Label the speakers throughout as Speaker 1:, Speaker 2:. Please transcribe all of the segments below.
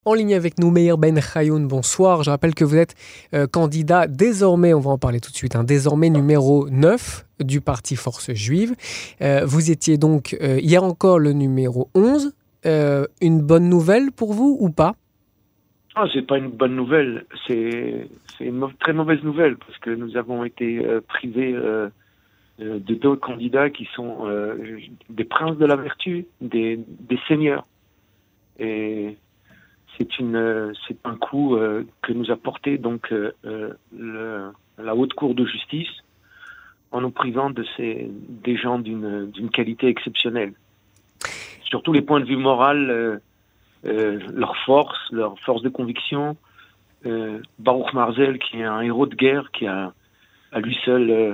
Speaker 1: En ligne avec nous, Meir Ben Chayoun, bonsoir. Je rappelle que vous êtes candidat désormais, on va en parler tout de suite, désormais numéro 9 du parti Force Juive. Vous étiez donc hier encore le numéro 11. Une bonne nouvelle pour vous ou pas?
Speaker 2: Ah, c'est pas une bonne nouvelle, c'est une très mauvaise nouvelle parce que nous avons été privés de deux candidats qui sont des princes de la vertu, des seigneurs. Et c'est un coup que nous a porté donc la haute cour de justice en nous privant des gens d'une qualité exceptionnelle. Sur tous les points de vue moral, leur force de conviction. Baruch Marzel, qui est un héros de guerre, qui a à lui seul,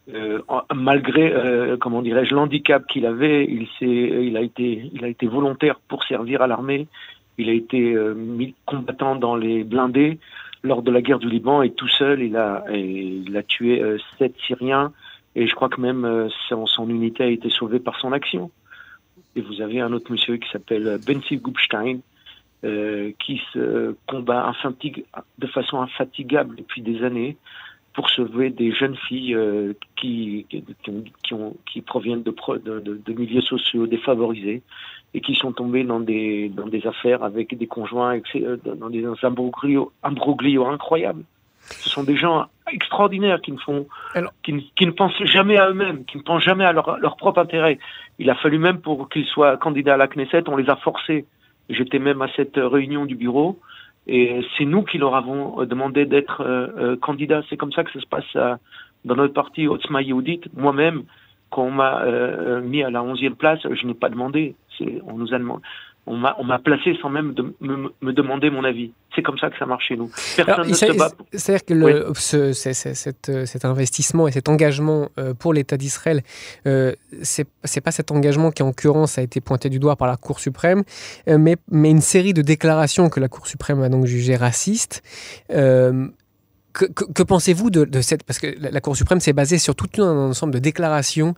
Speaker 2: malgré comment dirais-je l'handicap qu'il avait, il a été volontaire pour servir à l'armée. Il a été combattant dans les blindés lors de la guerre du Liban et tout seul il a tué 7 Syriens et je crois que même son unité a été sauvée par son action. Et vous avez un autre monsieur qui s'appelle Benzi Gubstein qui se combat de façon infatigable depuis des années pour sauver des jeunes filles qui proviennent de milieux sociaux défavorisés et qui sont tombés dans des affaires avec des conjoints, dans des imbroglios incroyables. Ce sont des gens extraordinaires qui ne pensent jamais à eux-mêmes, qui ne pensent jamais à leur propre intérêt. Il a fallu même pour qu'ils soient candidats à la Knesset, on les a forcés. J'étais même à cette réunion du bureau et c'est nous qui leur avons demandé d'être candidats. C'est comme ça que ça se passe dans notre parti Otzma Yehudit. Moi-même, quand on m'a mis à la 11e place, je n'ai pas demandé. On m'a placé sans même me demander mon avis. C'est comme ça que ça marche chez nous. Personne ne se bat.
Speaker 1: C'est-à-dire que cet investissement et cet engagement pour l'État d'Israël, c'est pas cet engagement qui en l'occurrence a été pointé du doigt par la Cour suprême, mais une série de déclarations que la Cour suprême a donc jugées racistes. Que pensez-vous de cette... Parce que la Cour suprême s'est basée sur tout un ensemble de déclarations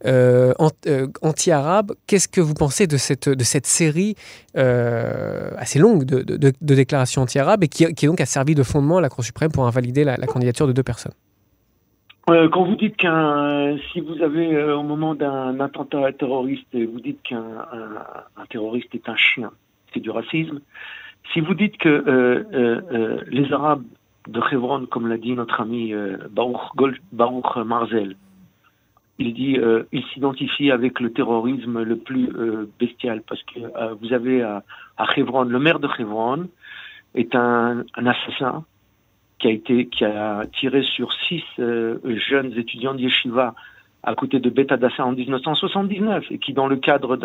Speaker 1: anti-arabes. Qu'est-ce que vous pensez de cette série assez longue de déclarations anti-arabes et qui donc a servi de fondement à la Cour suprême pour invalider la candidature de deux personnes?
Speaker 2: Quand vous dites si vous avez au moment d'un attentat terroriste, vous dites qu'un terroriste est un chien, c'est du racisme. Si vous dites que les Arabes de Hebron, comme l'a dit notre ami Baruch Marzel, il dit il s'identifie avec le terrorisme le plus bestial parce que vous avez à Hebron, le maire de Hebron est un assassin qui a tiré sur 6 jeunes étudiants d'Yeshiva à côté de Beth Hadassah en 1979 et qui dans le cadre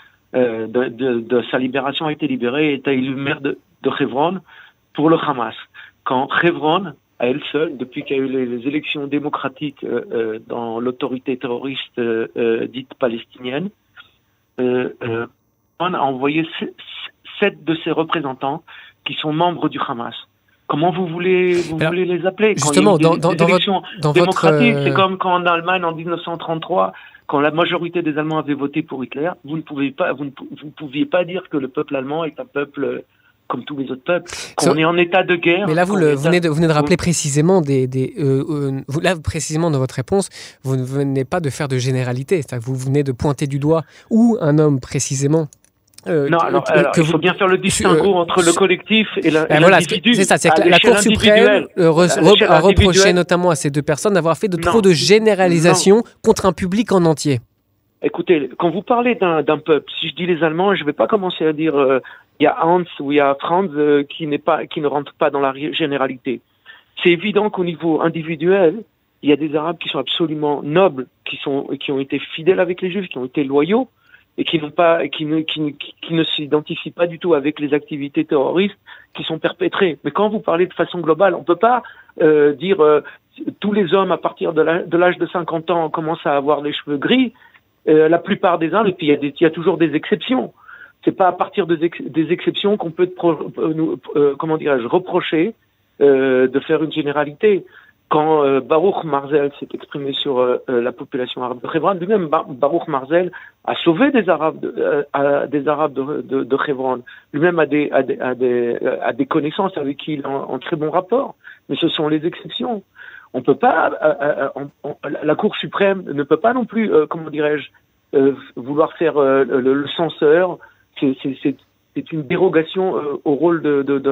Speaker 2: de sa libération a été libéré et est élu maire de Hebron pour le Hamas. Quand Hebron, à elle seule, depuis qu'il y a eu les élections démocratiques dans l'autorité terroriste dite palestinienne, on a envoyé 7 de ses représentants qui sont membres du Hamas. Comment vous voulez les appeler?
Speaker 1: Justement,
Speaker 2: quand il y a des élections démocratiques,
Speaker 1: votre...
Speaker 2: c'est comme quand en Allemagne en 1933, quand la majorité des Allemands avaient voté pour Hitler, vous ne pouviez pas dire que le peuple allemand est un peuple comme tous les autres peuples. Quand on est en état de guerre...
Speaker 1: Mais là, vous venez de rappeler précisément là, précisément dans votre réponse, vous ne venez pas de faire de généralité. C'est-à-dire que vous venez de pointer du doigt où un homme précisément...
Speaker 2: il faut bien faire le distinguo entre le collectif et l'individu.
Speaker 1: C'est ça, c'est que la Cour suprême a reproché notamment à ces deux personnes d'avoir fait trop de généralisation contre un public en entier.
Speaker 2: Écoutez, quand vous parlez d'un peuple, si je dis les Allemands, je ne vais pas commencer à dire il y a Hans ou il y a Franz qui ne rentrent pas dans la généralité. C'est évident qu'au niveau individuel, il y a des Arabes qui sont absolument nobles, qui ont été fidèles avec les Juifs, qui ont été loyaux et qui ne s'identifient pas du tout avec les activités terroristes qui sont perpétrées. Mais quand vous parlez de façon globale, on ne peut pas dire tous les hommes à partir de l'âge de 50 ans commencent à avoir les cheveux gris. La plupart des uns, et puis il y a toujours des exceptions. C'est pas à partir des exceptions qu'on peut reprocher de faire une généralité. Quand Baruch Marzel s'est exprimé sur la population arabe de Hebron, lui-même Baruch Marzel a sauvé des Arabes de Hebron. Lui-même a des connaissances avec qui il est en très bon rapport. Mais ce sont les exceptions. On peut pas, la Cour suprême ne peut pas non plus, vouloir faire le censeur. C'est une dérogation au rôle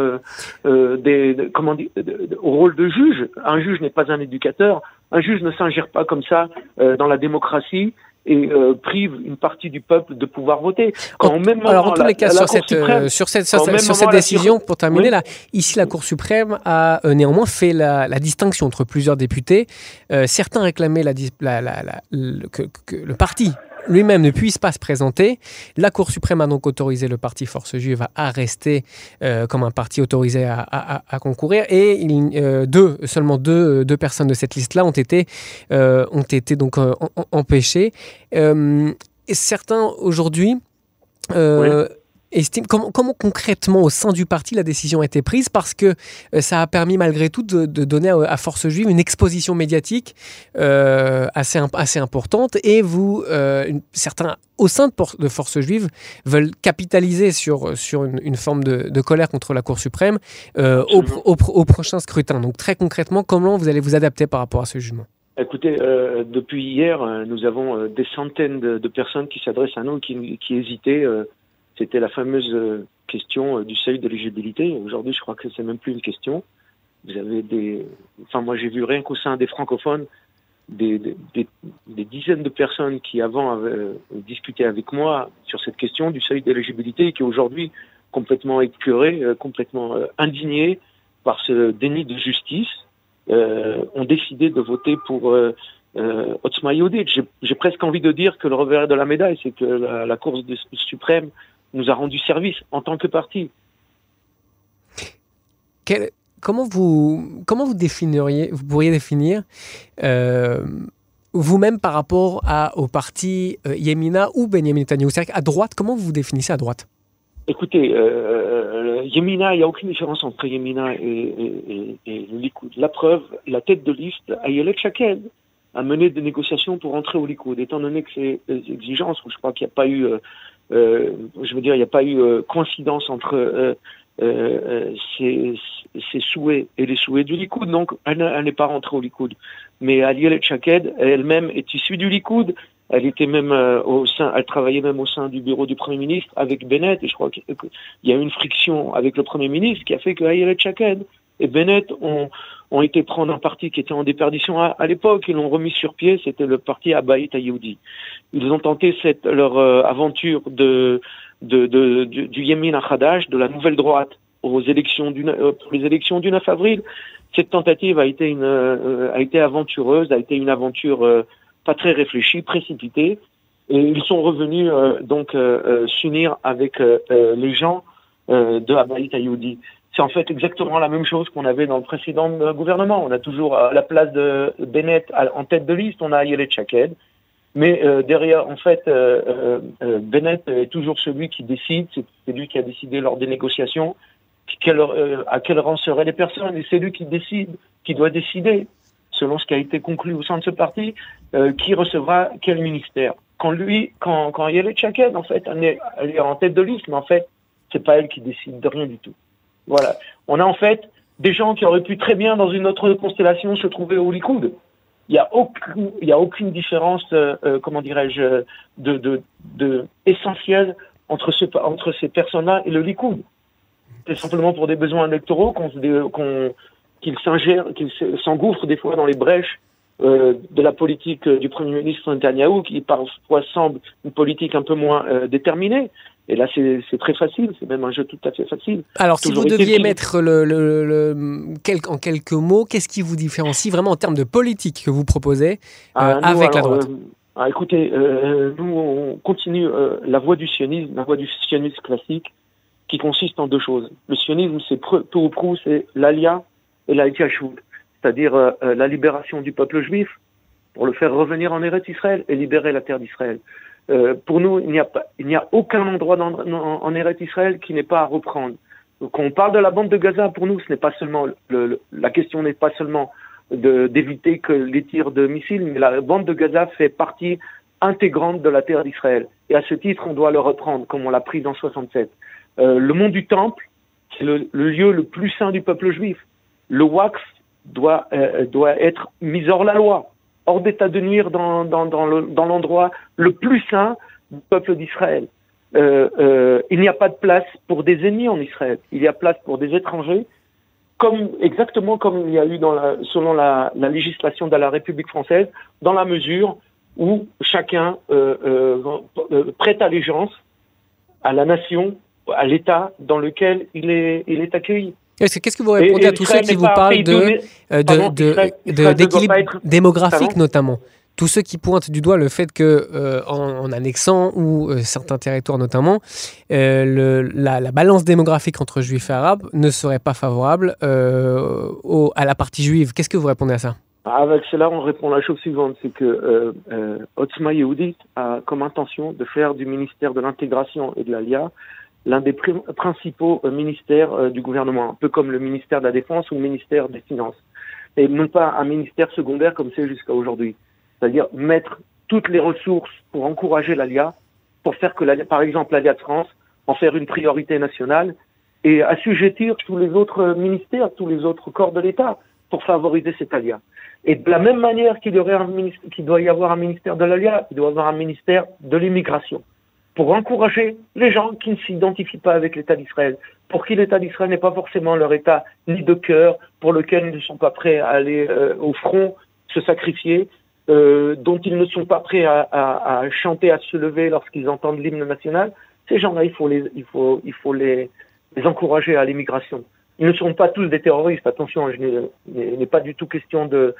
Speaker 2: au rôle de juge. Un juge n'est pas un éducateur. Un juge ne s'ingère pas comme ça dans la démocratie et prive une partie du peuple de pouvoir voter.
Speaker 1: En tous les cas, sur cette décision, pour terminer, oui. Là, ici, la Cour suprême a néanmoins fait la distinction entre plusieurs députés. Certains réclamaient que le parti lui-même ne puisse pas se présenter. La Cour suprême a donc autorisé le parti Force juive à rester comme un parti autorisé à concourir. Et seulement deux personnes de cette liste-là ont été donc empêchées. Et certains aujourd'hui estiment comment concrètement au sein du parti la décision a été prise, parce que ça a permis malgré tout de donner à Force juive une exposition médiatique assez importante, et certains au sein de Force juive veulent capitaliser sur une forme de colère contre la Cour suprême au prochain scrutin. Donc très concrètement, comment vous allez vous adapter par rapport à ce jugement ?
Speaker 2: Écoutez, depuis hier, nous avons des centaines de personnes qui s'adressent à nous, qui hésitaient. C'était la fameuse question du seuil d'éligibilité. Aujourd'hui, je crois que c'est même plus une question. Vous avez moi, j'ai vu rien qu'au sein des francophones, des dizaines de personnes qui avant avaient discuté avec moi sur cette question du seuil d'éligibilité, et qui aujourd'hui, complètement écœurées, complètement indignées par ce déni de justice, ont décidé de voter pour Otzma Yehudit. J'ai presque envie de dire que le revers de la médaille, c'est que la Cour suprême nous a rendu service en tant que parti.
Speaker 1: Comment vous pourriez définir vous-même par rapport au parti Yemina ou Benyamin Netanyahou? C'est-à-dire qu'à droite, comment vous définissez à droite?
Speaker 2: Écoutez, Yemina, il n'y a aucune différence entre Yemina et le Likoud. La preuve, la tête de liste, Ayelet Shaked, a mené des négociations pour entrer au Likoud. Étant donné que ces exigences, je crois qu'il n'y a pas eu, il n'y a pas eu coïncidence entre ses souhaits et les souhaits du Likoud. Donc, elle n'est pas rentrée au Likoud. Mais Ayelet Shaked, elle-même, est issue du Likoud. Elle était même elle travaillait même au sein du bureau du Premier ministre avec Bennett, et je crois qu'il y a eu une friction avec le Premier ministre qui a fait que Ayelet Shaked et Bennett ont été prendre un parti qui était en déperdition à l'époque. Ils l'ont remis sur pied. C'était le parti Abayit Hayoudi. Ils ont tenté leur aventure du Yemin Achadash, de la nouvelle droite, pour les élections du 9 avril. Cette tentative a été aventureuse, a été une aventure pas très réfléchie, précipitée. Et ils sont revenus s'unir avec les gens de Abayit Hayoudi. C'est en fait exactement la même chose qu'on avait dans le précédent gouvernement. On a toujours à la place de Bennett en tête de liste, on a Ayelet Shaked. Mais derrière, en fait, Bennett est toujours celui qui décide. C'est lui qui a décidé lors des négociations à quel rang seraient les personnes. Et c'est lui qui doit décider, selon ce qui a été conclu au sein de ce parti, qui recevra quel ministère. Quand Ayelet Shaked, en fait, elle est en tête de liste, mais en fait, c'est pas elle qui décide de rien du tout. Voilà. On a en fait des gens qui auraient pu très bien, dans une autre constellation, se trouver au Likoud. Il y a aucune différence, essentielle entre ces personnes-là et le Likoud. C'est simplement pour des besoins électoraux qu'ils s'engouffrent des fois dans les brèches de la politique du Premier ministre Netanyahou, qui parfois semble une politique un peu moins déterminée. Et là, c'est très facile, c'est même un jeu tout à fait facile.
Speaker 1: Alors, si vous deviez mettre en quelques mots, qu'est-ce qui vous différencie vraiment en termes de politique que vous proposez avec la droite?
Speaker 2: Écoutez, nous, on continue la voie du sionisme, classique, qui consiste en deux choses. Le sionisme, c'est peu ou prou, c'est l'Alia et l'Aïtiachut, c'est-à-dire la libération du peuple juif pour le faire revenir en Eretz Israël et libérer la terre d'Israël. Pour nous, il n'y a aucun endroit en Eretz Israël qui n'est pas à reprendre. Donc, quand on parle de la bande de Gaza, pour nous, ce n'est pas seulement la question n'est pas seulement d'éviter que les tirs de missiles, mais la bande de Gaza fait partie intégrante de la terre d'Israël. Et à ce titre, on doit le reprendre, comme on l'a pris dans 67. Le mont du Temple, c'est le lieu le plus saint du peuple juif. Le Waqf doit être mis hors la loi, hors d'état de nuire dans l'endroit le plus saint du peuple d'Israël. Il n'y a pas de place pour des ennemis en Israël. Il y a place pour des étrangers, exactement comme il y a eu selon la législation de la République française, dans la mesure où chacun prête allégeance à la nation, à l'État dans lequel il est accueilli.
Speaker 1: Qu'est-ce que vous répondez à tous ceux qui vous parlent d'équilibre démographique notamment? Tous ceux qui pointent du doigt le fait que, en annexant ou certains territoires notamment, la balance démographique entre juifs et arabes ne serait pas favorable à la partie juive. Qu'est-ce que vous répondez à ça?
Speaker 2: Avec cela, on répond la chose suivante, c'est que Otzma Yehudit a comme intention de faire du ministère de l'intégration et de l'Alia l'un des principaux ministères du gouvernement, un peu comme le ministère de la Défense ou le ministère des Finances, et non pas un ministère secondaire comme c'est jusqu'à aujourd'hui. C'est-à-dire mettre toutes les ressources pour encourager l'Alia, pour faire que, par exemple, l'Alia de France, en faire une priorité nationale et assujettir tous les autres ministères, tous les autres corps de l'État pour favoriser cette Alia. Et de la même manière qu'il doit y avoir un ministère de l'Alia, il doit y avoir un ministère de l'immigration pour encourager les gens qui ne s'identifient pas avec l'État d'Israël, pour qui l'État d'Israël n'est pas forcément leur État ni de cœur, pour lequel ils ne sont pas prêts à aller au front, se sacrifier, dont ils ne sont pas prêts à chanter, à se lever lorsqu'ils entendent l'hymne national. Ces gens-là, il faut les encourager à l'immigration. Ils ne sont pas tous des terroristes. Attention, il n'est pas du tout question de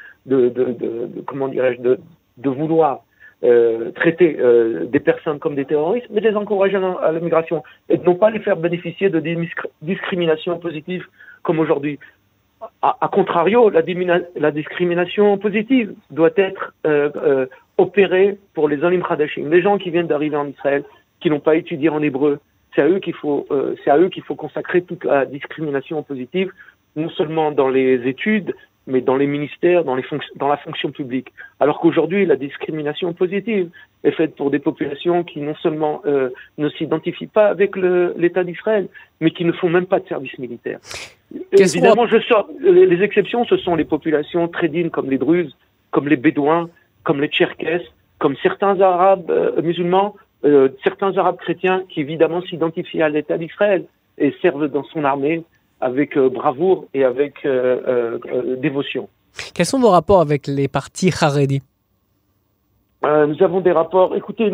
Speaker 2: vouloir traiter des personnes comme des terroristes, mais de les encourager à l'immigration et de non pas les faire bénéficier de discrimination positive comme aujourd'hui. A contrario, la discrimination positive doit être opérée pour les Olim Hadashim, les gens qui viennent d'arriver en Israël, qui n'ont pas étudié en hébreu. C'est à eux qu'il faut consacrer toute la discrimination positive, non seulement dans les études, mais dans les ministères, dans la fonction publique. Alors qu'aujourd'hui, la discrimination positive est faite pour des populations qui non seulement ne s'identifient pas avec l'État d'Israël, mais qui ne font même pas de service militaire. Évidemment, les exceptions, ce sont les populations très dignes comme les Druzes, comme les Bédouins, comme les Tcherkesses, comme certains Arabes musulmans, certains Arabes chrétiens qui évidemment s'identifient à l'État d'Israël et servent dans son armée avec bravoure et avec dévotion.
Speaker 1: Quels sont vos rapports avec les partis Haredi?
Speaker 2: Nous avons des rapports. Écoutez,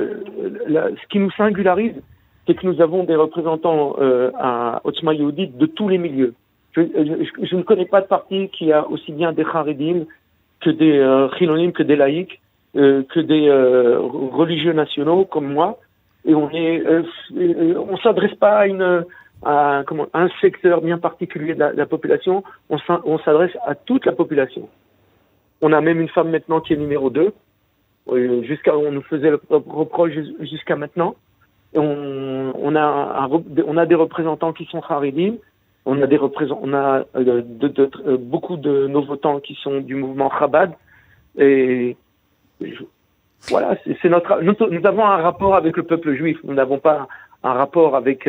Speaker 2: ce qui nous singularise, c'est que nous avons des représentants à Otzma Yehudit de tous les milieux. Je ne connais pas de parti qui a aussi bien des Haredim que des Chilonim, que des laïcs, que des religieux nationaux comme moi. Et on s'adresse pas à un secteur bien particulier de la population, on s'adresse à toute la population. On a même une femme maintenant qui est numéro 2, on nous faisait le reproche jusqu'à maintenant. Et on a des représentants qui sont Haredim, on a beaucoup de nos votants qui sont du mouvement Chabad, et voilà, nous avons un rapport avec le peuple juif, nous n'avons pas un rapport avec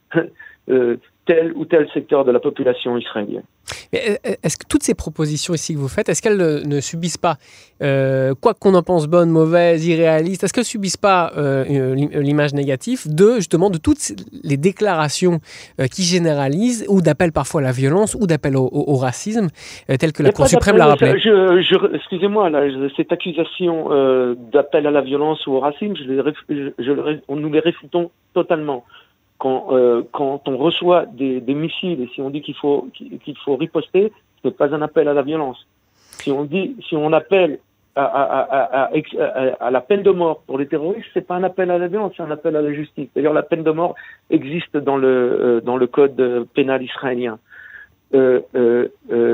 Speaker 2: tel ou tel secteur de la population israélienne.
Speaker 1: Mais est-ce que toutes ces propositions ici que vous faites, est-ce qu'elles ne subissent pas, quoi qu'on en pense, bonne, mauvaise, irréaliste, est-ce qu'elles ne subissent pas l'image négative justement de toutes les déclarations qui généralisent ou d'appel parfois à la violence ou d'appel au racisme, tel que la Cour suprême l'a rappelé?
Speaker 2: Excusez-moi, là, cette accusation d'appel à la violence ou au racisme, nous les réfutons totalement. Quand on reçoit des missiles et si on dit qu'il faut riposter, ce n'est pas un appel à la violence. Si on appelle à la peine de mort pour les terroristes, c'est pas un appel à la violence, c'est un appel à la justice. D'ailleurs, la peine de mort existe dans le code pénal israélien. Nous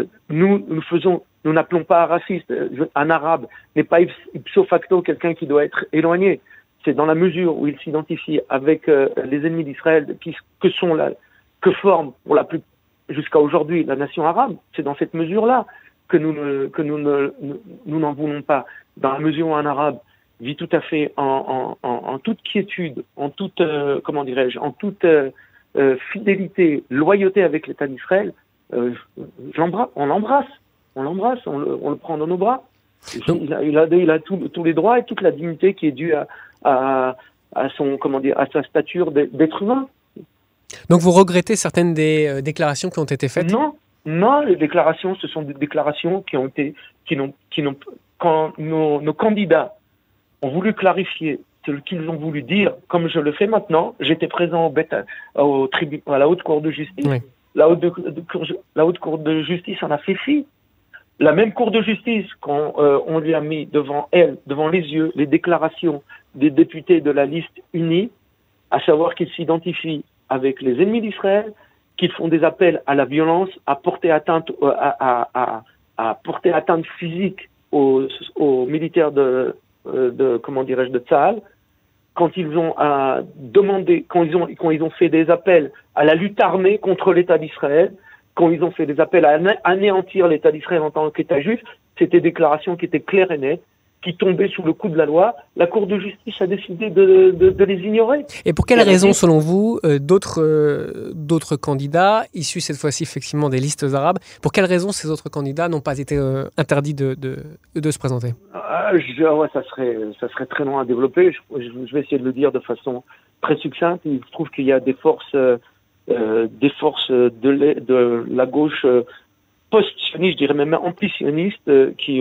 Speaker 2: n'appelons pas à raciste. Un arabe n'est pas ipso facto quelqu'un qui doit être éloigné. C'est dans la mesure où il s'identifie avec les ennemis d'Israël que forme jusqu'à aujourd'hui la nation arabe. C'est dans cette mesure-là que nous n'en voulons pas, dans la mesure où un arabe vit tout à fait en toute quiétude, en toute, en toute fidélité, loyauté avec l'État d'Israël, on l'embrasse, on le prend dans nos bras. Il a tous les droits et toute la dignité qui est due à sa stature d'être humain.
Speaker 1: Donc vous regrettez certaines des déclarations qui ont été faites?
Speaker 2: Non, les déclarations, ce sont des déclarations quand nos candidats ont voulu clarifier ce qu'ils ont voulu dire, comme je le fais maintenant. J'étais présent à la haute cour de justice. Oui. La haute cour de justice en a fait fi. La même cour de justice, quand on lui a mis devant les yeux, les déclarations des députés de la liste unie, à savoir qu'ils s'identifient avec les ennemis d'Israël, qu'ils font des appels à la violence, à porter atteinte, à porter atteinte physique aux militaires de Tsahal, quand ils ont demandé, quand ils ont fait des appels à la lutte armée contre l'État d'Israël, quand ils ont fait des appels à anéantir l'État d'Israël en tant qu'État juif, c'était des déclarations qui étaient claires et nettes, qui tombaient sous le coup de la loi. La Cour de justice a décidé de les ignorer.
Speaker 1: Et pour quelles raisons, selon vous, d'autres candidats, issus cette fois-ci effectivement des listes arabes, pour quelles raisons ces autres candidats n'ont pas été interdits de se présenter?
Speaker 2: Ça serait très long à développer. Je vais essayer de le dire de façon très succincte. Il se trouve qu'il y a des forces de la gauche post-sioniste, je dirais même anti-sioniste, qui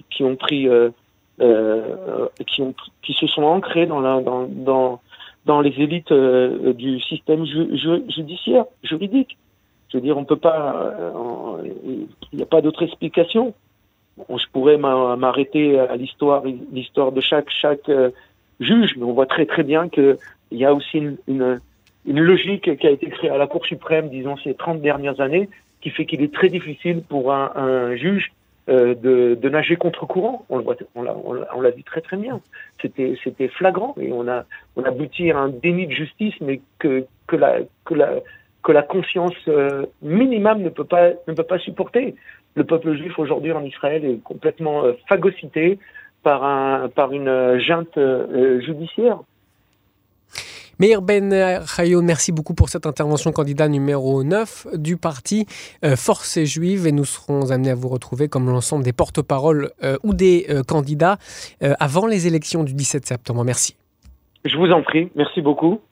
Speaker 2: se sont ancrés dans les élites du système juridique. Je veux dire, on peut pas, il n'y a pas d'autre explication. Je pourrais m'arrêter à l'histoire de chaque juge, mais on voit très très bien qu'il y a aussi une logique qui a été créée à la Cour suprême, disons, ces 30 dernières années, qui fait qu'il est très difficile pour un juge de nager contre courant. On l'a vu très très bien. C'était flagrant et on a abouti à un déni de justice, mais que la conscience minimum ne peut pas supporter. Le peuple juif aujourd'hui en Israël est complètement phagocyté par une junte judiciaire.
Speaker 1: Meir Ben Chayoun, merci beaucoup pour cette intervention, candidat numéro 9 du parti Force Juive, et nous serons amenés à vous retrouver comme l'ensemble des porte-paroles ou des candidats avant les élections du 17 septembre. Merci.
Speaker 2: Je vous en prie, merci beaucoup.